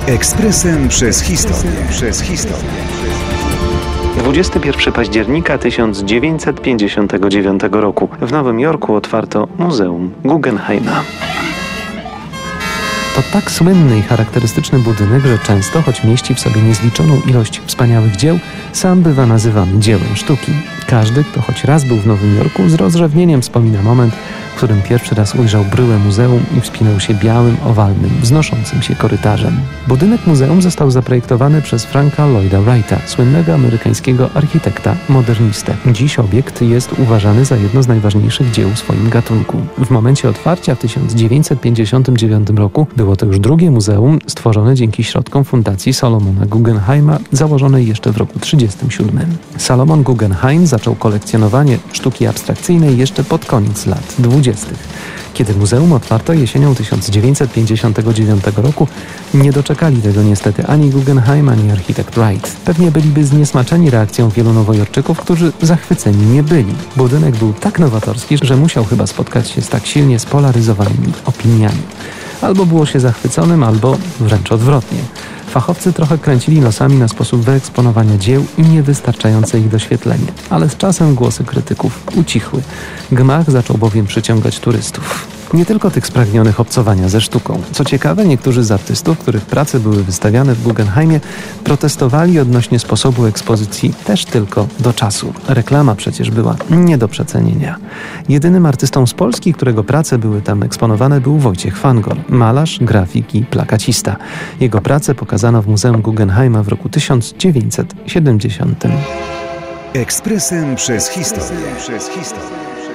Ekspresem przez historię. 21 października 1959 roku w Nowym Jorku otwarto Muzeum Guggenheima. To tak słynny i charakterystyczny budynek, że często, choć mieści w sobie niezliczoną ilość wspaniałych dzieł, sam bywa nazywany dziełem sztuki. Każdy, kto choć raz był w Nowym Jorku, z rozrzewnieniem wspomina moment, w którym pierwszy raz ujrzał bryłę muzeum i wspinał się białym, owalnym, wznoszącym się korytarzem. Budynek muzeum został zaprojektowany przez Franka Lloyda Wrighta, słynnego amerykańskiego architekta modernistę. Dziś obiekt jest uważany za jedno z najważniejszych dzieł w swoim gatunku. W momencie otwarcia w 1959 roku było to już drugie muzeum stworzone dzięki środkom Fundacji Salomona Guggenheima, założonej jeszcze w roku 1937. Salomon Guggenheim zaczął kolekcjonowanie sztuki abstrakcyjnej jeszcze pod koniec lat 20. Kiedy muzeum otwarto jesienią 1959 roku, nie doczekali tego niestety ani Guggenheim, ani architekt Wright. Pewnie byliby zniesmaczeni reakcją wielu nowojorczyków, którzy zachwyceni nie byli. Budynek był tak nowatorski, że musiał chyba spotkać się z tak silnie spolaryzowanymi opiniami. Albo było się zachwyconym, albo wręcz odwrotnie. Fachowcy trochę kręcili nosami na sposób wyeksponowania dzieł i niewystarczające ich doświetlenie. Ale z czasem głosy krytyków ucichły. Gmach zaczął bowiem przyciągać turystów. Nie tylko tych spragnionych obcowania ze sztuką. Co ciekawe, niektórzy z artystów, których prace były wystawiane w Guggenheimie, protestowali odnośnie sposobu ekspozycji też tylko do czasu. Reklama przecież była nie do przecenienia. Jedynym artystą z Polski, którego prace były tam eksponowane, był Wojciech Fangor, malarz, grafik i plakacista. Jego pracę pokazano w Muzeum Guggenheima w roku 1970. Ekspresem przez historię.